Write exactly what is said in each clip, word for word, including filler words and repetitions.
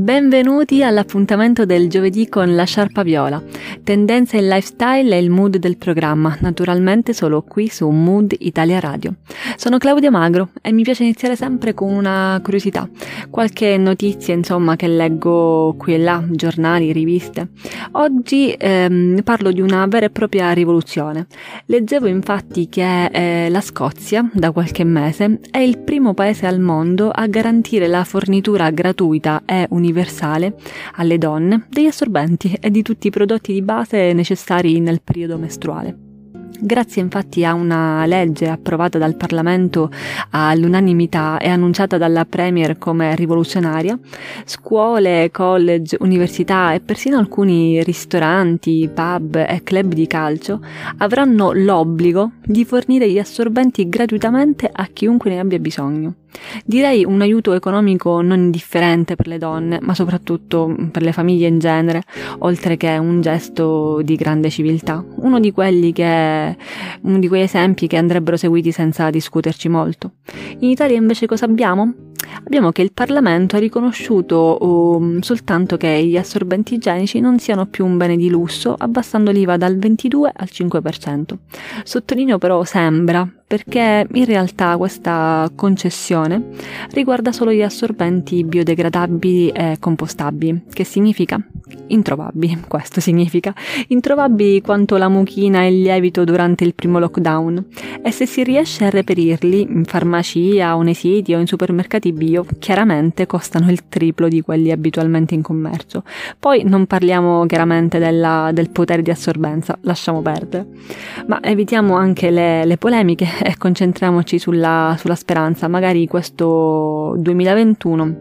Benvenuti all'appuntamento del giovedì con la Sciarpa Viola. Tendenza e lifestyle è il mood del programma, naturalmente solo qui su Mood Italia Radio. Sono Claudia Magro e mi piace iniziare sempre con una curiosità, qualche notizia insomma che leggo qui e là, giornali, riviste. Oggi ehm, parlo di una vera e propria rivoluzione. Leggevo infatti che eh, la Scozia, da qualche mese, è il primo paese al mondo a garantire la fornitura gratuita e universale alle donne degli assorbenti e di tutti i prodotti di base necessari nel periodo mestruale. Grazie infatti a una legge approvata dal Parlamento all'unanimità e annunciata dalla Premier come rivoluzionaria, scuole, college, università e persino alcuni ristoranti, pub e club di calcio avranno l'obbligo di fornire gli assorbenti gratuitamente a chiunque ne abbia bisogno. Direi un aiuto economico non indifferente per le donne, ma soprattutto per le famiglie in genere, oltre che un gesto di grande civiltà. Uno di quelli che, uno di quegli esempi che andrebbero seguiti senza discuterci molto. In Italia invece cosa abbiamo? Abbiamo che il Parlamento ha riconosciuto um, soltanto che gli assorbenti igienici non siano più un bene di lusso, abbassando l'I V A dal ventidue al cinque per cento. Sottolineo però sembra, perché in realtà questa concessione riguarda solo gli assorbenti biodegradabili e compostabili, che significa introvabili, questo significa introvabili quanto la mucchina e il lievito durante il primo lockdown, e se si riesce a reperirli in farmacia o nei siti o in supermercati bio, chiaramente costano il triplo di quelli abitualmente in commercio. Poi non parliamo chiaramente della, del potere di assorbenza, lasciamo perdere, ma evitiamo anche le, le polemiche e concentriamoci sulla, sulla speranza. Magari questo duemilaventuno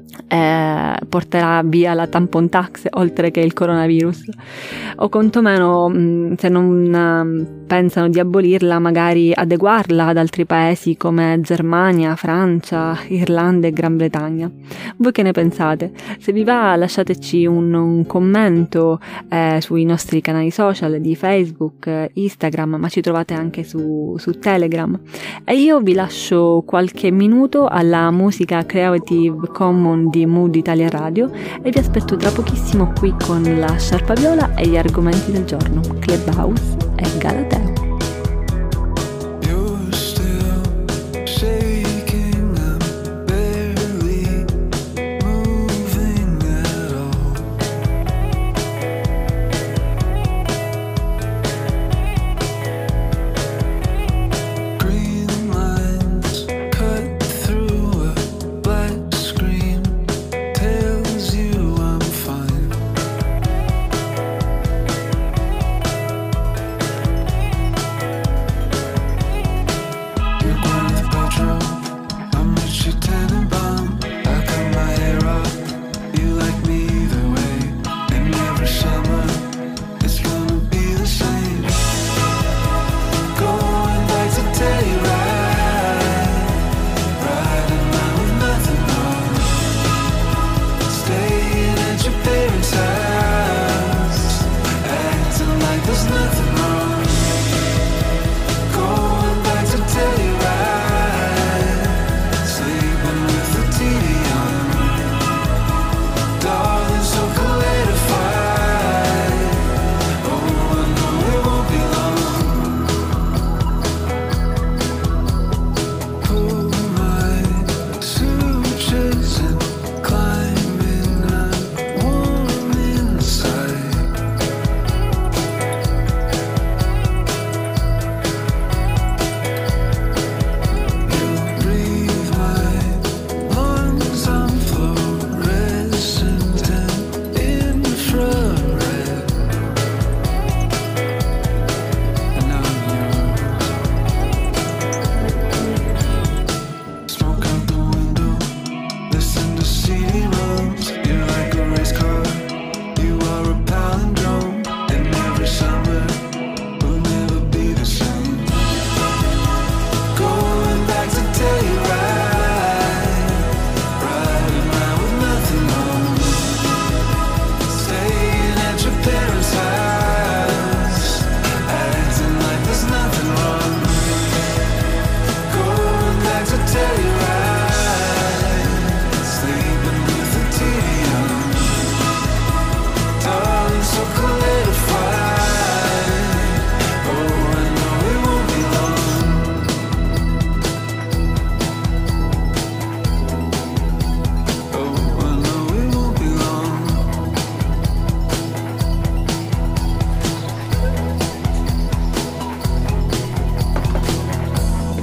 Eh, porterà via la tampon tax oltre che il coronavirus, o quantomeno mh, se non uh, pensano di abolirla, magari adeguarla ad altri paesi come Germania, Francia, Irlanda e Gran Bretagna. Voi che ne pensate? Se vi va lasciateci un, un commento eh, sui nostri canali social di Facebook, Instagram, ma ci trovate anche su, su Telegram, e io vi lascio qualche minuto alla musica Creative Commons di Mood Italia Radio e vi aspetto tra pochissimo qui con la Sciarpa Viola e gli argomenti del giorno, Clubhouse e Galateo.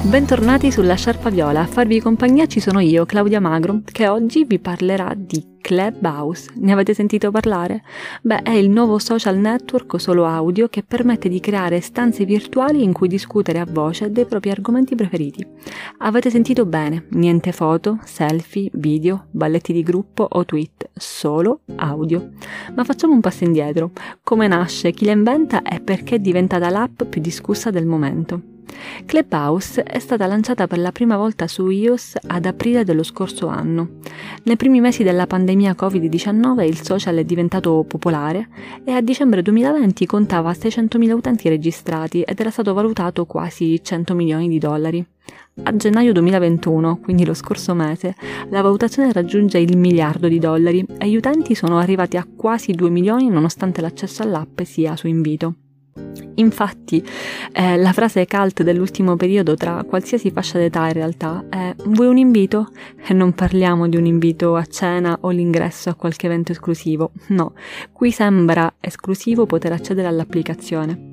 Bentornati sulla Sciarpa Viola, a farvi compagnia ci sono io, Claudia Magro, che oggi vi parlerà di Clubhouse. Ne avete sentito parlare? Beh, è il nuovo social network solo audio che permette di creare stanze virtuali in cui discutere a voce dei propri argomenti preferiti. Avete sentito bene, niente foto, selfie, video, balletti di gruppo o tweet, solo audio. Ma facciamo un passo indietro. Come nasce, chi la inventa e perché è diventata l'app più discussa del momento? Clubhouse è stata lanciata per la prima volta su iOS ad aprile dello scorso anno. Nei primi mesi della pandemia covid diciannove il social è diventato popolare e a dicembre duemilaventi contava seicentomila utenti registrati ed era stato valutato quasi cento milioni di dollari. A gennaio duemilaventuno, quindi lo scorso mese, la valutazione raggiunge il miliardo di dollari e gli utenti sono arrivati a quasi due milioni nonostante l'accesso all'app sia su invito. Infatti, eh, la frase cult dell'ultimo periodo tra qualsiasi fascia d'età in realtà è «Vuoi un invito?» E non parliamo di un invito a cena o l'ingresso a qualche evento esclusivo, no, qui sembra esclusivo poter accedere all'applicazione.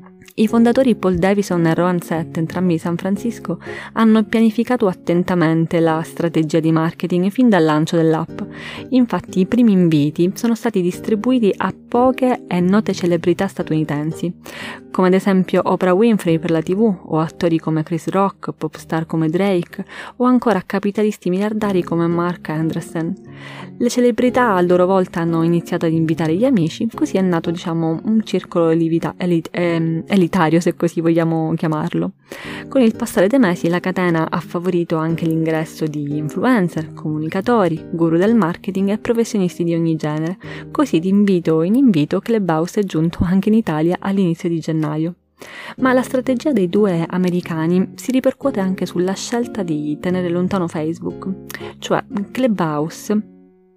I fondatori Paul Davison e Rohan Seth, entrambi di San Francisco, hanno pianificato attentamente la strategia di marketing fin dal lancio dell'app. Infatti i primi inviti sono stati distribuiti a poche e note celebrità statunitensi, come ad esempio Oprah Winfrey per la tivù, o attori come Chris Rock, pop star come Drake, o ancora capitalisti miliardari come Mark Andreessen. Le celebrità a loro volta hanno iniziato ad invitare gli amici, così è nato, diciamo, un circolo elita, elit, ehm, elitario, se così vogliamo chiamarlo. Con il passare dei mesi la catena ha favorito anche l'ingresso di influencer, comunicatori, guru del marketing e professionisti di ogni genere, così di invito in invito Clubhouse è giunto anche in Italia all'inizio di gennaio. Ma la strategia dei due americani si ripercuote anche sulla scelta di tenere lontano Facebook, cioè Clubhouse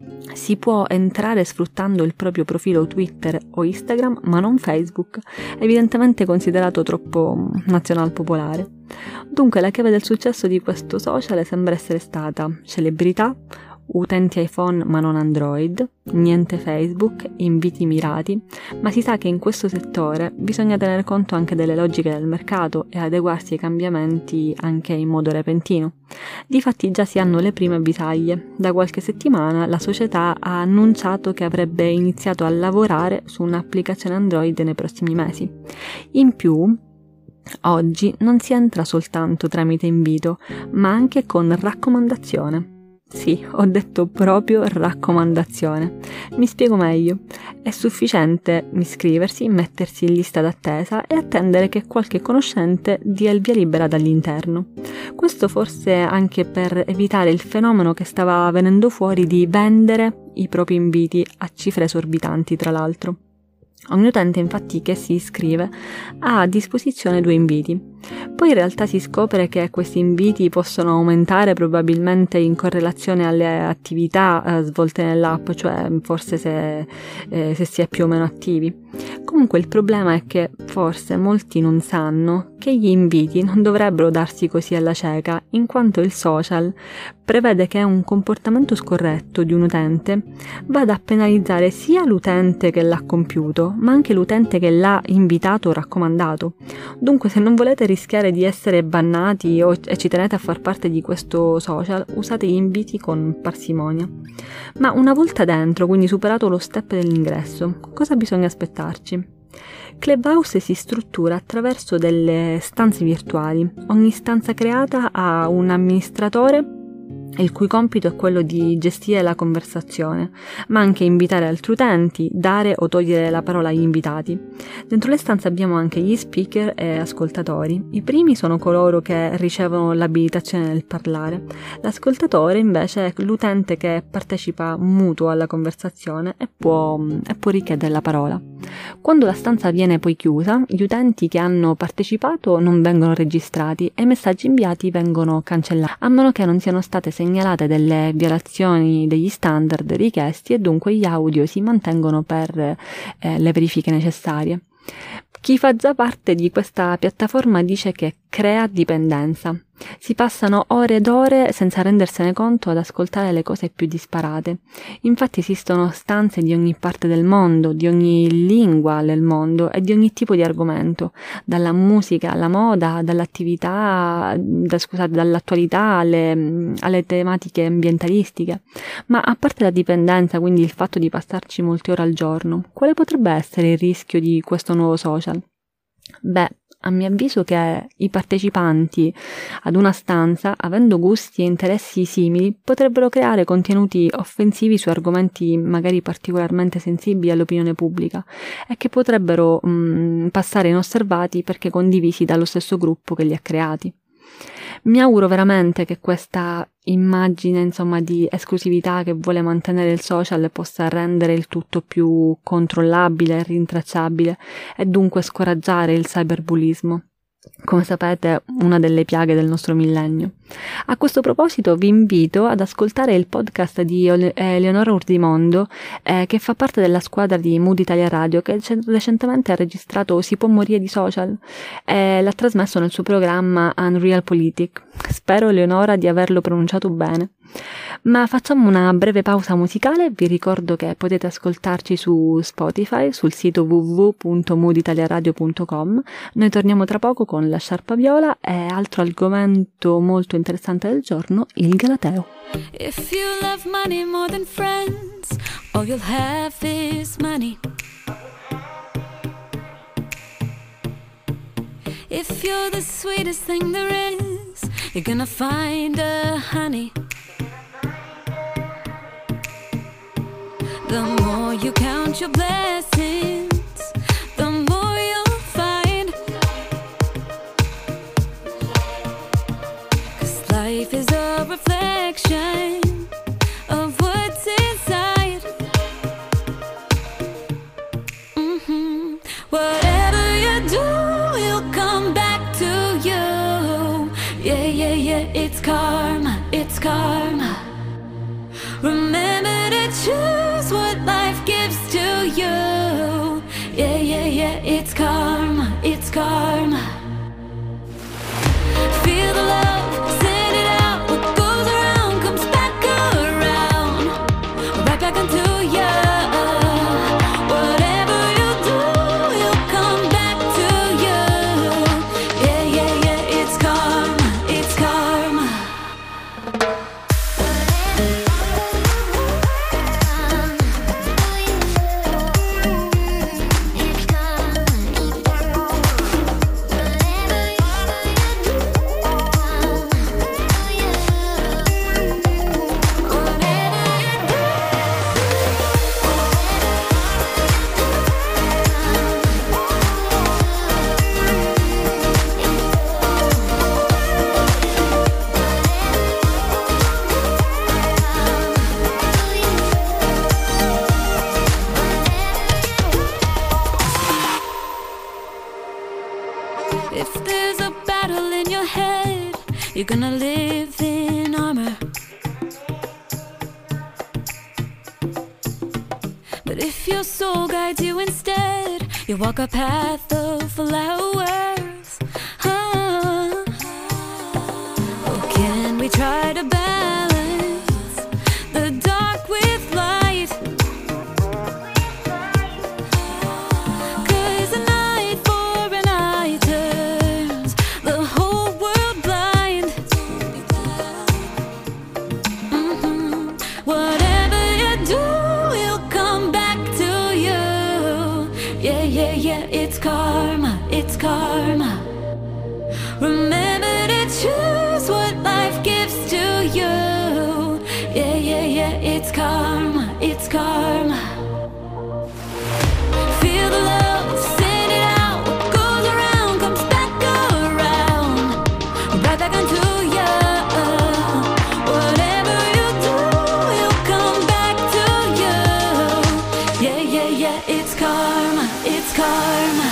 si può entrare sfruttando il proprio profilo Twitter o Instagram, ma non Facebook, evidentemente considerato troppo nazional popolare. Dunque la chiave del successo di questo social sembra essere stata celebrità, utenti iPhone ma non Android, niente Facebook, inviti mirati, ma si sa che in questo settore bisogna tener conto anche delle logiche del mercato e adeguarsi ai cambiamenti anche in modo repentino. Difatti già si hanno le prime avvisaglie. Da qualche settimana la società ha annunciato che avrebbe iniziato a lavorare su un'applicazione Android nei prossimi mesi. In più, oggi non si entra soltanto tramite invito, ma anche con raccomandazione. Sì, ho detto proprio raccomandazione. Mi spiego meglio. È sufficiente iscriversi, mettersi in lista d'attesa e attendere che qualche conoscente dia il via libera dall'interno. Questo forse anche per evitare il fenomeno che stava venendo fuori di vendere i propri inviti a cifre esorbitanti, tra l'altro. Ogni utente infatti che si iscrive ha a disposizione due inviti. Poi in realtà si scopre che questi inviti possono aumentare probabilmente in correlazione alle attività eh, svolte nell'app, cioè forse se, eh, se si è più o meno attivi. Comunque il problema è che forse molti non sanno che gli inviti non dovrebbero darsi così alla cieca, in quanto il social prevede che un comportamento scorretto di un utente vada a penalizzare sia l'utente che l'ha compiuto, ma anche l'utente che l'ha invitato o raccomandato. Dunque, se non volete rischiare di essere bannati o e ci tenete a far parte di questo social, usate gli inviti con parsimonia. Ma una volta dentro, quindi superato lo step dell'ingresso, cosa bisogna aspettarci? Clubhouse si struttura attraverso delle stanze virtuali. Ogni stanza creata ha un amministratore il cui compito è quello di gestire la conversazione, ma anche invitare altri utenti, dare o togliere la parola agli invitati. Dentro le stanze abbiamo anche gli speaker e ascoltatori. I primi sono coloro che ricevono l'abilitazione nel parlare. L'ascoltatore invece è l'utente che partecipa mutuo alla conversazione e può, e può richiedere la parola. Quando la stanza viene poi chiusa, gli utenti che hanno partecipato non vengono registrati e i messaggi inviati vengono cancellati, a meno che non siano state segnalate delle violazioni degli standard richiesti e dunque gli audio si mantengono per eh, le verifiche necessarie. Chi fa già parte di questa piattaforma dice che crea dipendenza. Si passano ore ed ore senza rendersene conto ad ascoltare le cose più disparate. Infatti esistono stanze di ogni parte del mondo, di ogni lingua del mondo e di ogni tipo di argomento, dalla musica alla moda, dall'attività, da, scusate, dall'attualità alle, alle tematiche ambientalistiche. Ma a parte la dipendenza, quindi il fatto di passarci molte ore al giorno, quale potrebbe essere il rischio di questo nuovo social? Beh, a mio avviso che i partecipanti ad una stanza, avendo gusti e interessi simili, potrebbero creare contenuti offensivi su argomenti magari particolarmente sensibili all'opinione pubblica e che potrebbero mh, passare inosservati perché condivisi dallo stesso gruppo che li ha creati. Mi auguro veramente che questa immagine, insomma, di esclusività che vuole mantenere il social possa rendere il tutto più controllabile e rintracciabile e dunque scoraggiare il cyberbullismo. Come sapete, una delle piaghe del nostro millennio. A questo proposito vi invito ad ascoltare il podcast di Eleonora Urdimondo, eh, che fa parte della squadra di Mood Italia Radio, che recentemente ha registrato Si può morire di social e l'ha trasmesso nel suo programma Unreal Politic. Spero, Eleonora, di averlo pronunciato bene. Ma facciamo una breve pausa musicale. Vi ricordo che potete ascoltarci su Spotify, sul sito w w w punto mood italia radio punto com. Noi torniamo tra poco con la sciarpa viola e altro argomento molto interessante del giorno, il Galateo. If you love money more than friends, all you'll have is money. If you're the sweetest thing there is, you're gonna find a honey. The more you count your blessings, the more you'll find. 'Cause life is a reflection of what's inside. Mm-hmm. Whatever you do, you'll come back to you. Yeah, yeah, yeah, it's karma, it's karma. Remember to choose what life gives to you. Yeah, yeah, yeah, it's karma, it's karma. Feel the love, send it out. What goes around comes back around, right back into you. Whatever you do, you'll come back to you. Yeah, yeah, yeah, it's karma, it's karma. If there's a battle in your head, you're gonna live in armor. But if your soul guides you instead, you walk a path of flowers. Ah. Oh, can we try to balance the dark with light? 'Cause a night for an eye turns the whole world blind. Mm-hmm. Whatever you do, you'll come back to you. Yeah, yeah, yeah, it's karma, it's karma. Remember to choose what life gives to you. Yeah, yeah, yeah, it's karma, it's karma. Feel the love, send it out. What goes around comes back around, right back into you. Whatever you do, you'll come back to you. Yeah, yeah, yeah, it's karma, it's karma.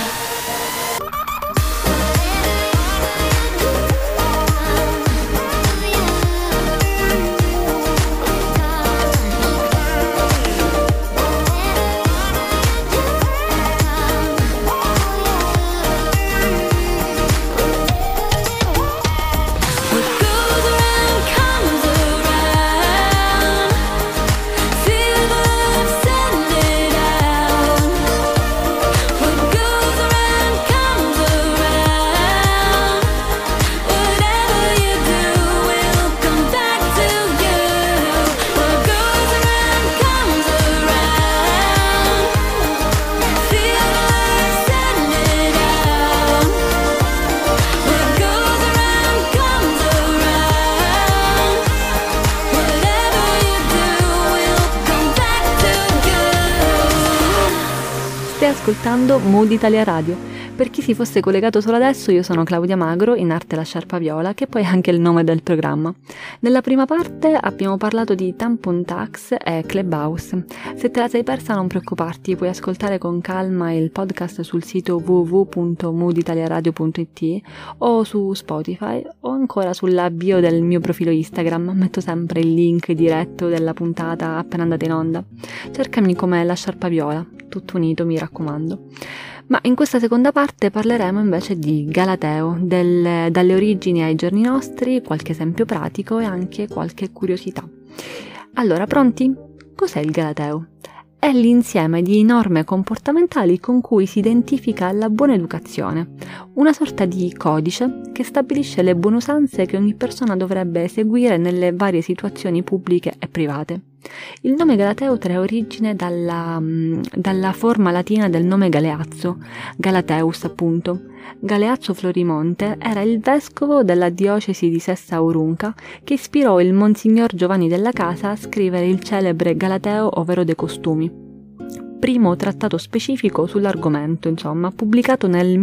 ascoltando Mood Italia Radio. Per chi si fosse collegato solo adesso, io sono Claudia Magro, in arte La Sciarpa Viola, che poi è anche il nome del programma. Nella prima parte abbiamo parlato di Tampon Tax e Clubhouse. Se te la sei persa non preoccuparti, puoi ascoltare con calma il podcast sul sito w w w punto mood italia radio punto i t o su Spotify o ancora sulla bio del mio profilo Instagram. Metto sempre il link diretto della puntata appena andata in onda. Cercami come La Sciarpa Viola, tutto unito, mi raccomando. Ma in questa seconda parte parleremo invece di Galateo, del, dalle origini ai giorni nostri, qualche esempio pratico e anche qualche curiosità. Allora, pronti? Cos'è il Galateo? È l'insieme di norme comportamentali con cui si identifica la buona educazione, una sorta di codice che stabilisce le buone usanze che ogni persona dovrebbe seguire nelle varie situazioni pubbliche e private. Il nome Galateo trae origine dalla, dalla forma latina del nome Galeazzo, Galateus appunto. Galeazzo Florimonte era il vescovo della diocesi di Sessa Aurunca che ispirò il Monsignor Giovanni della Casa a scrivere il celebre Galateo ovvero De Costumi, primo trattato specifico sull'argomento, insomma, pubblicato nel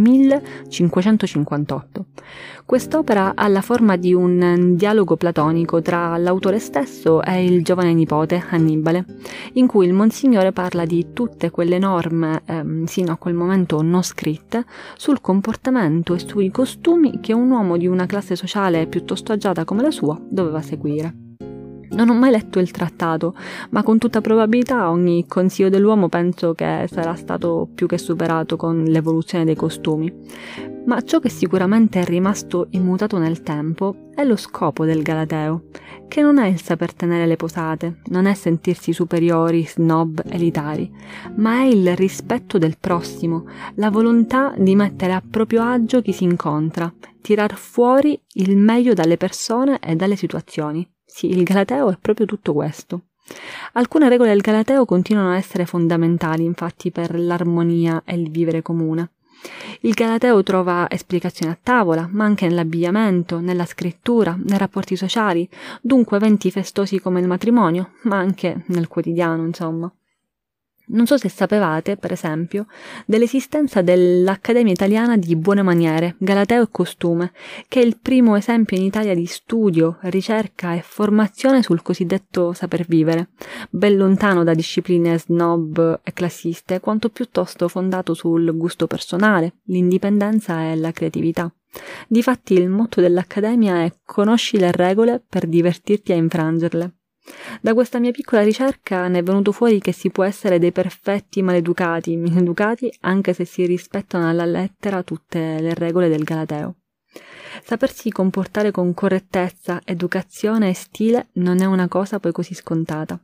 millecinquecentocinquantotto. Quest'opera ha la forma di un dialogo platonico tra l'autore stesso e il giovane nipote, Annibale, in cui il Monsignore parla di tutte quelle norme, ehm, sino a quel momento non scritte, sul comportamento e sui costumi che un uomo di una classe sociale piuttosto agiata come la sua doveva seguire. Non ho mai letto il trattato, ma con tutta probabilità ogni consiglio dell'uomo penso che sarà stato più che superato con l'evoluzione dei costumi. Ma ciò che sicuramente è rimasto immutato nel tempo è lo scopo del Galateo, che non è il saper tenere le posate, non è sentirsi superiori, snob, elitari, ma è il rispetto del prossimo, la volontà di mettere a proprio agio chi si incontra, tirar fuori il meglio dalle persone e dalle situazioni. Sì, il Galateo è proprio tutto questo. Alcune regole del Galateo continuano a essere fondamentali, infatti, per l'armonia e il vivere comune. Il Galateo trova esplicazioni a tavola, ma anche nell'abbigliamento, nella scrittura, nei rapporti sociali, dunque eventi festosi come il matrimonio, ma anche nel quotidiano, insomma. Non so se sapevate, per esempio, dell'esistenza dell'Accademia Italiana di Buone Maniere, Galateo e Costume, che è il primo esempio in Italia di studio, ricerca e formazione sul cosiddetto saper vivere, ben lontano da discipline snob e classiste, quanto piuttosto fondato sul gusto personale, l'indipendenza e la creatività. Difatti il motto dell'Accademia è «Conosci le regole per divertirti a infrangerle». Da questa mia piccola ricerca ne è venuto fuori che si può essere dei perfetti maleducati, maleducati anche se si rispettano alla lettera tutte le regole del Galateo. Sapersi comportare con correttezza, educazione e stile non è una cosa poi così scontata.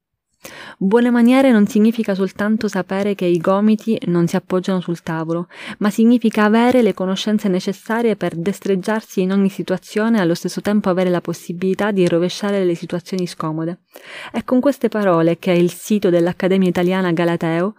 Buone maniere non significa soltanto sapere che i gomiti non si appoggiano sul tavolo, ma significa avere le conoscenze necessarie per destreggiarsi in ogni situazione e allo stesso tempo avere la possibilità di rovesciare le situazioni scomode. È con queste parole che il sito dell'Accademia Italiana Galateo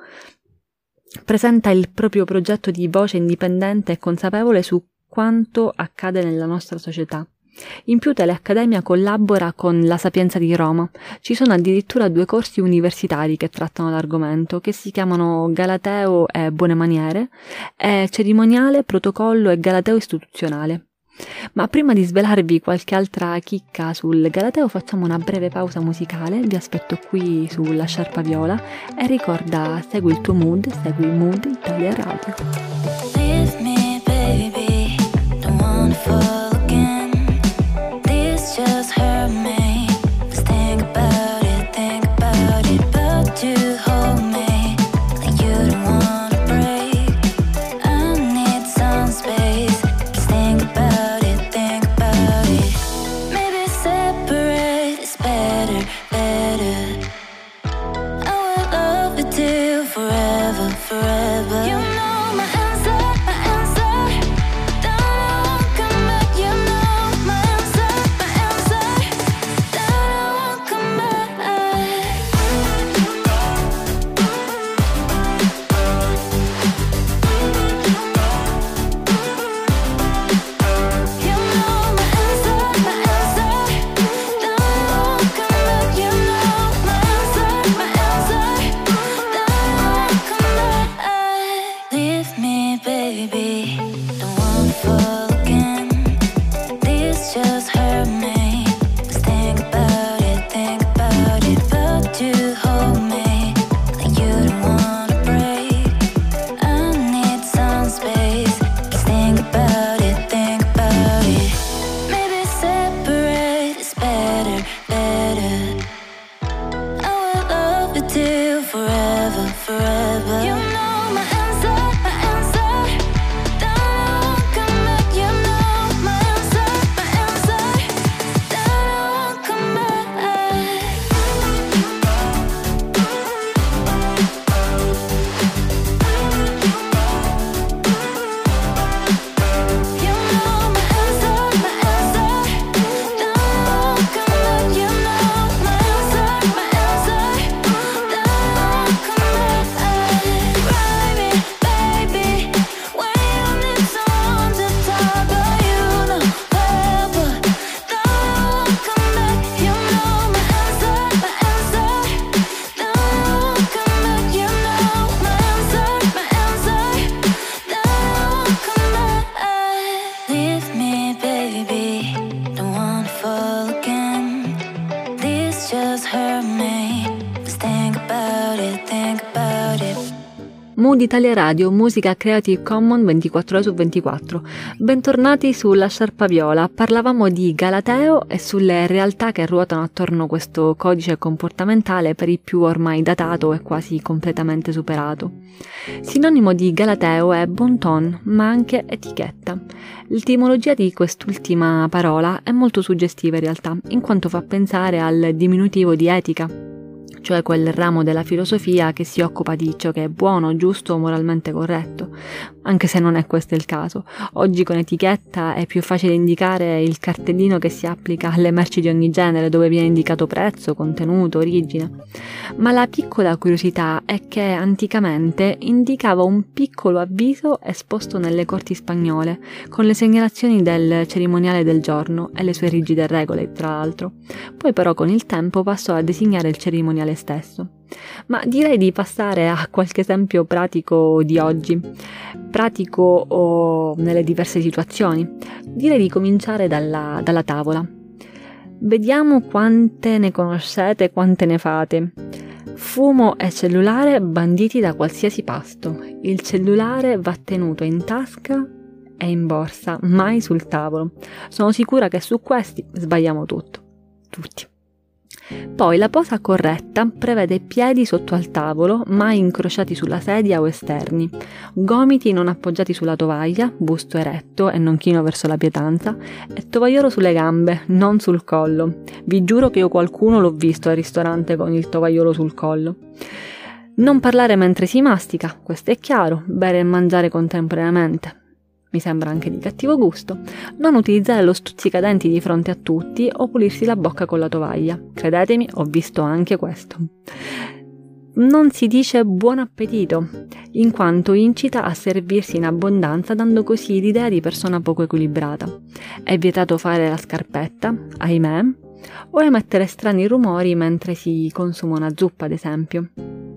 presenta il proprio progetto di voce indipendente e consapevole su quanto accade nella nostra società. In più Teleaccademia collabora con La Sapienza di Roma. Ci sono addirittura due corsi universitari che trattano l'argomento, che si chiamano Galateo e Buone Maniere, e Cerimoniale, Protocollo e Galateo Istituzionale. Ma prima di svelarvi qualche altra chicca sul Galateo facciamo una breve pausa musicale, vi aspetto qui sulla Sciarpa Viola e ricorda, segui il tuo mood, segui Mood Italia Radio. Leave me, baby, don't wanna fall again. This just hurt me. Just think about it, think about it. But you hold me like you don't wanna break. I need some space. Just think about it, think about it. Maybe separate is better, better. I will love with you forever, forever. You know my answer, my answer. Don't come back. Mood Italia Radio, musica Creative Commons ventiquattro ore su ventiquattro. Bentornati sulla Sciarpa Viola. Parlavamo di Galateo e sulle realtà che ruotano attorno a questo codice comportamentale per i più ormai datato e quasi completamente superato. Sinonimo di Galateo è bon ton, ma anche etichetta. L'etimologia di quest'ultima parola è molto suggestiva in realtà, in quanto fa pensare al diminutivo di etica, cioè quel ramo della filosofia che si occupa di ciò che è buono, giusto o moralmente corretto, anche se non è questo il caso. Oggi con etichetta è più facile indicare il cartellino che si applica alle merci di ogni genere, dove viene indicato prezzo, contenuto, origine. Ma la piccola curiosità è che anticamente indicava un piccolo avviso esposto nelle corti spagnole, con le segnalazioni del cerimoniale del giorno e le sue rigide regole, tra l'altro. Poi però con il tempo passò a designare il cerimoniale stesso. Ma direi di passare a qualche esempio pratico di oggi, pratico o nelle diverse situazioni. Direi di cominciare dalla, dalla tavola. Vediamo quante ne conoscete, quante ne fate. Fumo e cellulare banditi da qualsiasi pasto. Il cellulare va tenuto in tasca e in borsa, mai sul tavolo. Sono sicura che su questi sbagliamo tutto. Tutti. Poi la posa corretta prevede piedi sotto al tavolo, mai incrociati sulla sedia o esterni, gomiti non appoggiati sulla tovaglia, busto eretto e non chino verso la pietanza, e tovagliolo sulle gambe, non sul collo. Vi giuro che io qualcuno l'ho visto al ristorante con il tovagliolo sul collo. Non parlare mentre si mastica, questo è chiaro, bere e mangiare contemporaneamente. Mi sembra anche di cattivo gusto. Non utilizzare lo stuzzicadenti di fronte a tutti o pulirsi la bocca con la tovaglia. Credetemi, ho visto anche questo. Non si dice buon appetito, in quanto incita a servirsi in abbondanza, dando così l'idea di persona poco equilibrata. È vietato fare la scarpetta, ahimè, o emettere strani rumori mentre si consuma una zuppa, ad esempio.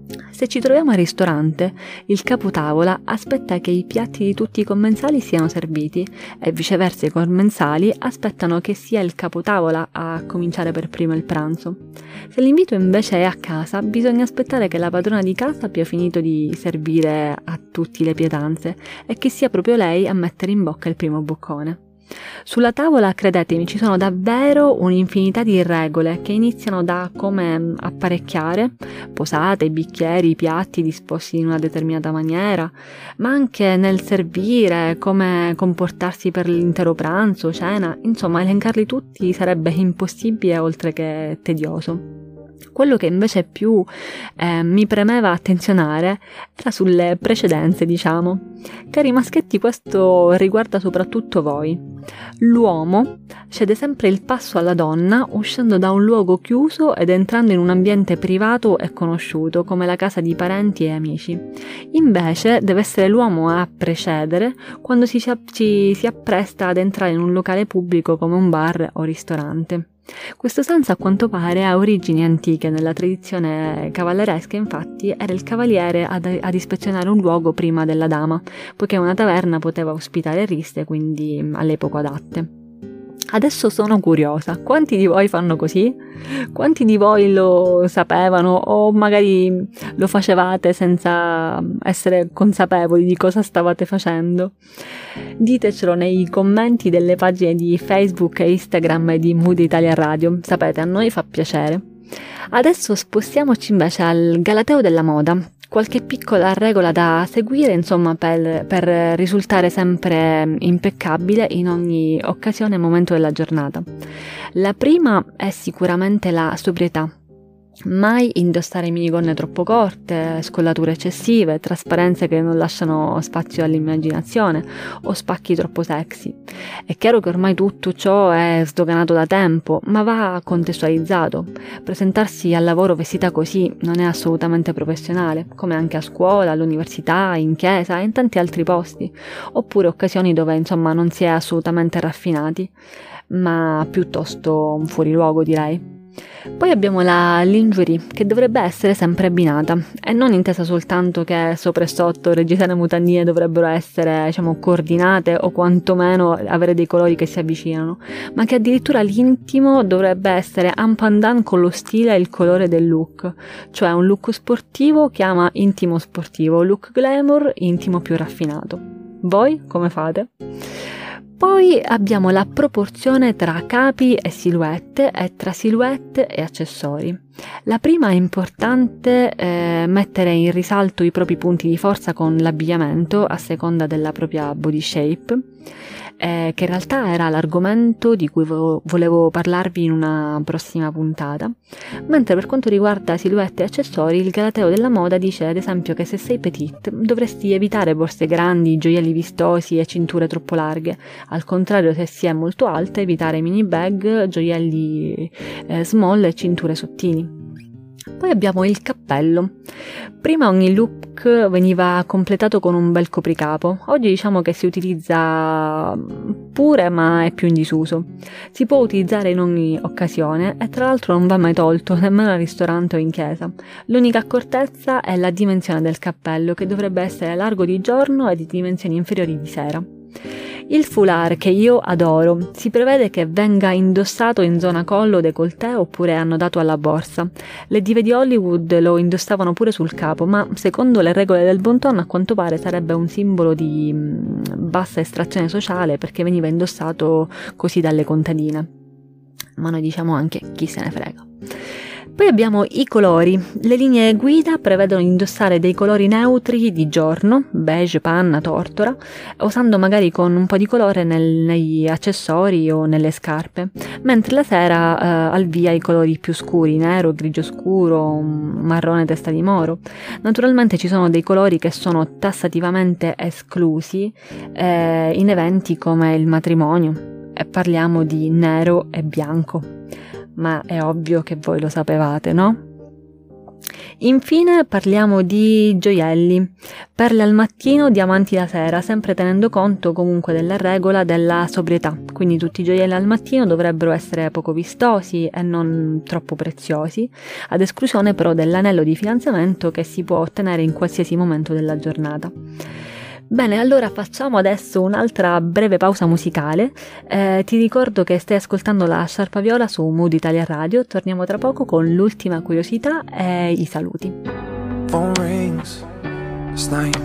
Se ci troviamo al ristorante, il capotavola aspetta che i piatti di tutti i commensali siano serviti e viceversa i commensali aspettano che sia il capotavola a cominciare per primo il pranzo. Se l'invito invece è a casa, bisogna aspettare che la padrona di casa abbia finito di servire a tutti le pietanze e che sia proprio lei a mettere in bocca il primo boccone. Sulla tavola, credetemi, ci sono davvero un'infinità di regole che iniziano da come apparecchiare, posate, bicchieri, piatti disposti in una determinata maniera, ma anche nel servire, come comportarsi per l'intero pranzo, cena, insomma elencarli tutti sarebbe impossibile oltre che tedioso. Quello che invece più eh, mi premeva attenzionare era sulle precedenze, diciamo. Cari maschietti, questo riguarda soprattutto voi. L'uomo cede sempre il passo alla donna uscendo da un luogo chiuso ed entrando in un ambiente privato e conosciuto, come la casa di parenti e amici. Invece deve essere l'uomo a precedere quando si, ci, si appresta ad entrare in un locale pubblico come un bar o ristorante. Questo senso a quanto pare ha origini antiche. Nella tradizione cavalleresca, infatti, era il cavaliere ad, ad ispezionare un luogo prima della dama, poiché una taverna poteva ospitare riste, quindi all'epoca adatte. Adesso sono curiosa, quanti di voi fanno così? Quanti di voi lo sapevano o magari lo facevate senza essere consapevoli di cosa stavate facendo? Ditecelo nei commenti delle pagine di Facebook e Instagram di Mood Italia Radio, sapete, a noi fa piacere. Adesso spostiamoci invece al Galateo della moda. Qualche piccola regola da seguire, insomma, per, per risultare sempre impeccabile in ogni occasione e momento della giornata. La prima è sicuramente la sobrietà. Mai indossare minigonne troppo corte, scollature eccessive, trasparenze che non lasciano spazio all'immaginazione o spacchi troppo sexy. È chiaro che ormai tutto ciò è sdoganato da tempo, ma va contestualizzato. Presentarsi al lavoro vestita così non è assolutamente professionale, come anche a scuola, all'università, in chiesa e in tanti altri posti, oppure occasioni dove insomma non si è assolutamente raffinati, ma piuttosto un fuoriluogo, direi. Poi abbiamo la lingerie, che dovrebbe essere sempre abbinata, e non intesa soltanto che sopra e sotto reggisene e mutandine dovrebbero essere, diciamo, coordinate o quantomeno avere dei colori che si avvicinano, ma che addirittura l'intimo dovrebbe essere un pandan con lo stile e il colore del look, cioè un look sportivo chiama intimo sportivo, look glamour intimo più raffinato. Voi come fate? Poi abbiamo la proporzione tra capi e silhouette e tra silhouette e accessori. La prima è importante eh, mettere in risalto i propri punti di forza con l'abbigliamento a seconda della propria body shape, eh, che in realtà era l'argomento di cui vo- volevo parlarvi in una prossima puntata. Mentre per quanto riguarda silhouette e accessori, il Galateo della moda dice ad esempio che se sei petite dovresti evitare borse grandi, gioielli vistosi e cinture troppo larghe. Al contrario, se si è molto alta, evitare mini bag, gioielli eh, small e cinture sottili. Poi abbiamo il cappello. Prima ogni look veniva completato con un bel copricapo, oggi diciamo che si utilizza pure ma è più in disuso. Si può utilizzare in ogni occasione e tra l'altro non va mai tolto, nemmeno al ristorante o in chiesa. L'unica accortezza è la dimensione del cappello, che dovrebbe essere largo di giorno e di dimensioni inferiori di sera. Il foulard, che io adoro, si prevede che venga indossato in zona collo, décolleté oppure annodato alla borsa. Le dive di Hollywood lo indossavano pure sul capo, ma secondo le regole del bon ton a quanto pare sarebbe un simbolo di bassa estrazione sociale, perché veniva indossato così dalle contadine. Ma noi diciamo anche chi se ne frega. Poi abbiamo i colori. Le linee guida prevedono di indossare dei colori neutri di giorno, beige, panna, tortora, usando magari con un po' di colore nel, negli accessori o nelle scarpe, mentre la sera eh, al via i colori più scuri, nero, grigio scuro, marrone testa di moro. Naturalmente ci sono dei colori che sono tassativamente esclusi eh, in eventi come il matrimonio, e parliamo di nero e bianco. Ma è ovvio che voi lo sapevate, no? Infine parliamo di gioielli. Perle al mattino, diamanti la sera, sempre tenendo conto comunque della regola della sobrietà. Quindi tutti i gioielli al mattino dovrebbero essere poco vistosi e non troppo preziosi, ad esclusione però dell'anello di fidanzamento che si può ottenere in qualsiasi momento della giornata. Bene, allora facciamo adesso un'altra breve pausa musicale. Eh, ti ricordo che stai ascoltando la Sciarpa Viola su Mood Italia Radio. Torniamo tra poco con l'ultima curiosità e i saluti. Phone rings, it's night.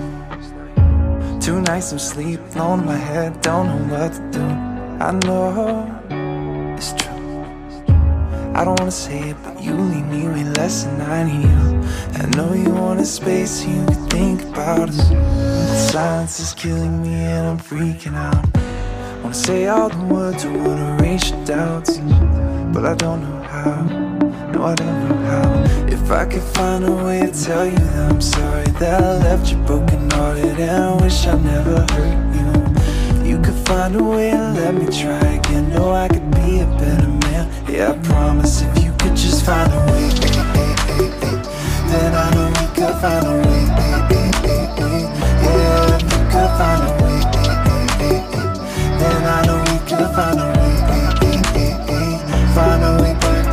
Two nights of sleep on my head, don't know what to do. I know it's true. I don't wanna say it, but you leave me way less than I need you. I know you want a space you can think about us. The silence is killing me and I'm freaking out. Wanna say all the words, I wanna erase your doubts, but I don't know how, no I don't know how. If I could find a way to tell you that I'm sorry that I left you broken hearted and I wish I never hurt you. You could find a way to let me try again, know I could be a better man. Yeah, I promise if you could just find a way, eh, eh, eh, eh, then I know we could find a way, eh, eh, eh, eh. Yeah, if you could find a way, eh, eh, eh, eh, then I know we could find a way, eh, eh, eh, eh, find a way back.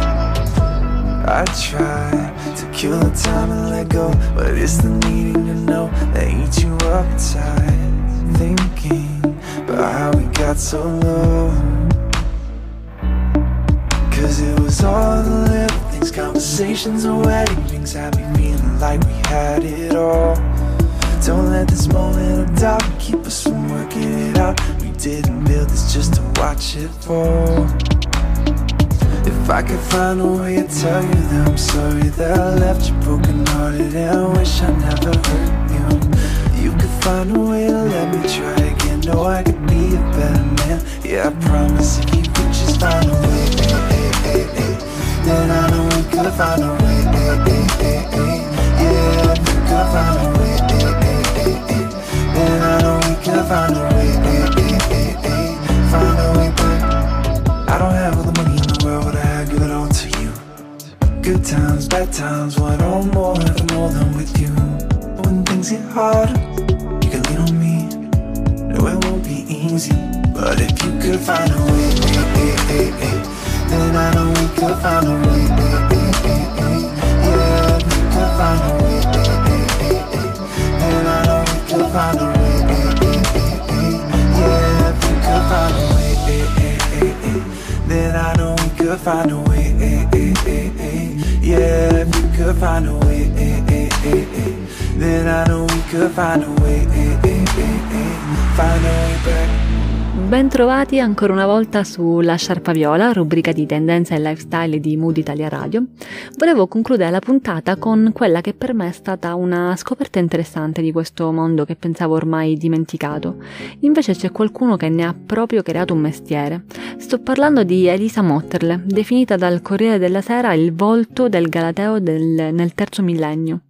I try to kill the time and let go, but it's the needing to know that eats you up inside. Thinking about how we got so low, cause it was all the little things, conversations and wedding rings had me feeling like we had it all. Don't let this moment of doubt keep us from working it out. We didn't build this just to watch it fall. If I could find a way to tell you that I'm sorry that I left you broken hearted and I wish I never hurt you. You could find a way to let me try again, know I could be a better man. Yeah, I promise if you could just find a way, eh, eh, eh, eh, then I know we could find a way, eh, eh, eh, eh. Yeah, if we could find a way, eh, eh, eh, eh, then I know we could find a way, eh, eh, eh, eh, find a way back. I don't have all the money in the world, but I give it all to you. Good times, bad times, one or more, never more than with you. But when things get hard, you can lean on me. No, it won't be easy, but if you could find a way, eh, eh, eh, eh, then I know we could find a way. could find a way, yeah, if we could find a way, then I know we could find a way, find a way back. Bentrovati ancora una volta su La Sciarpa Viola, rubrica di tendenza e lifestyle di Mood Italia Radio. Volevo concludere la puntata con quella che per me è stata una scoperta interessante di questo mondo che pensavo ormai dimenticato. Invece c'è qualcuno che ne ha proprio creato un mestiere. Sto parlando di Elisa Motterle, definita dal Corriere della Sera il volto del Galateo del, nel terzo millennio.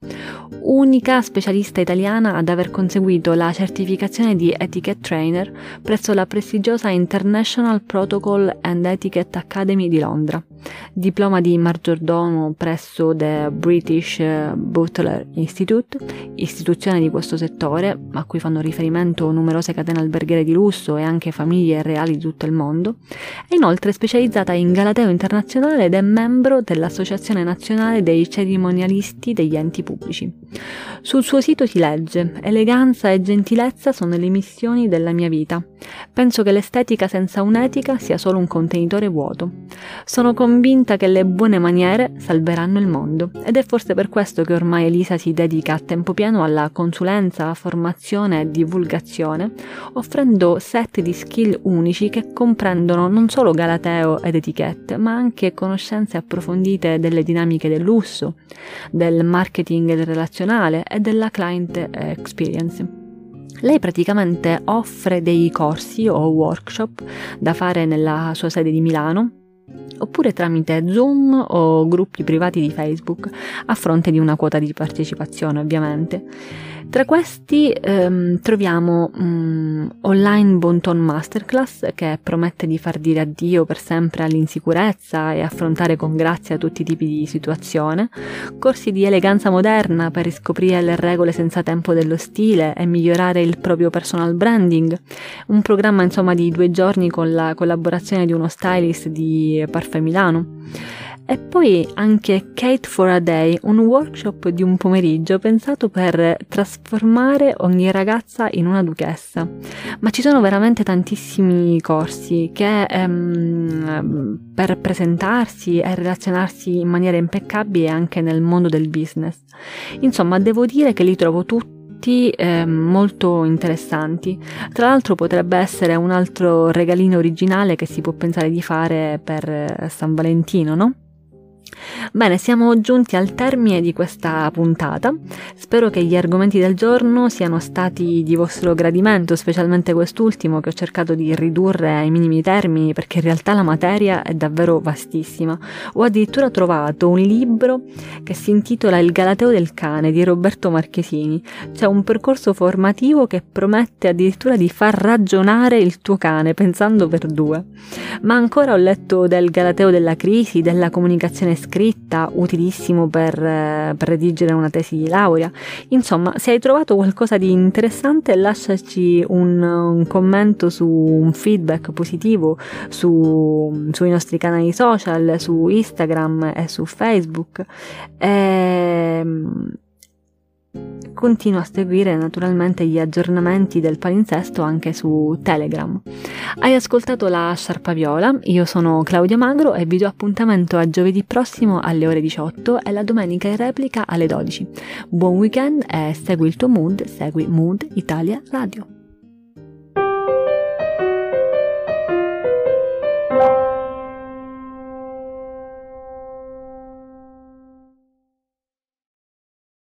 Unica specialista italiana ad aver conseguito la certificazione di Etiquette Trainer presso la prestigiosa International Protocol and Etiquette Academy di Londra, diploma di maggiordomo presso The British Butler Institute, istituzione di questo settore a cui fanno riferimento numerose catene alberghiere di lusso e anche famiglie reali di tutto il mondo, è inoltre specializzata in Galateo internazionale ed è membro dell'Associazione Nazionale dei Cerimonialisti degli Enti Pubblici. Sul suo sito si legge: eleganza e gentilezza sono le missioni della mia vita. Penso che l'estetica senza un'etica sia solo un contenitore vuoto. Sono convinta che le buone maniere salveranno il mondo ed è forse per questo che ormai Elisa si dedica a tempo pieno alla consulenza, formazione e divulgazione, offrendo set di skill unici che comprendono non solo Galateo ed etichette, ma anche conoscenze approfondite delle dinamiche del lusso, del marketing relazionale e della client experience. Lei praticamente offre dei corsi o workshop da fare nella sua sede di Milano, oppure tramite Zoom o gruppi privati di Facebook, a fronte di una quota di partecipazione ovviamente. Tra questi ehm, troviamo um, Online Bon Ton Masterclass, che promette di far dire addio per sempre all'insicurezza e affrontare con grazia tutti i tipi di situazione, corsi di eleganza moderna per riscoprire le regole senza tempo dello stile e migliorare il proprio personal branding, un programma insomma di due giorni con la collaborazione di uno stylist di Parfait Milano. E poi anche Kate for a Day, un workshop di un pomeriggio pensato per trasformare ogni ragazza in una duchessa. Ma ci sono veramente tantissimi corsi che ehm, per presentarsi e relazionarsi in maniera impeccabile anche nel mondo del business. Insomma, devo dire che li trovo tutti Eh, molto interessanti. Tra l'altro potrebbe essere un altro regalino originale che si può pensare di fare per San Valentino, no? Bene, siamo giunti al termine di questa puntata. Spero che gli argomenti del giorno siano stati di vostro gradimento, specialmente quest'ultimo che ho cercato di ridurre ai minimi termini perché in realtà la materia è davvero vastissima. Ho addirittura trovato un libro che si intitola Il Galateo del cane di Roberto Marchesini. C'è un percorso formativo che promette addirittura di far ragionare il tuo cane pensando per due. Ma ancora ho letto del Galateo della crisi, della comunicazione scritta, utilissimo per, eh, per redigere una tesi di laurea. Insomma, se hai trovato qualcosa di interessante, lasciaci un, un commento, su un feedback positivo su, sui nostri canali social, su Instagram e su Facebook. E continua a seguire naturalmente gli aggiornamenti del palinsesto anche su Telegram. Hai ascoltato La Sciarpa Viola, io sono Claudia Magro e vi do appuntamento a giovedì prossimo alle ore diciotto e la domenica in replica alle dodici. Buon weekend e segui il tuo mood, segui Mood Italia Radio.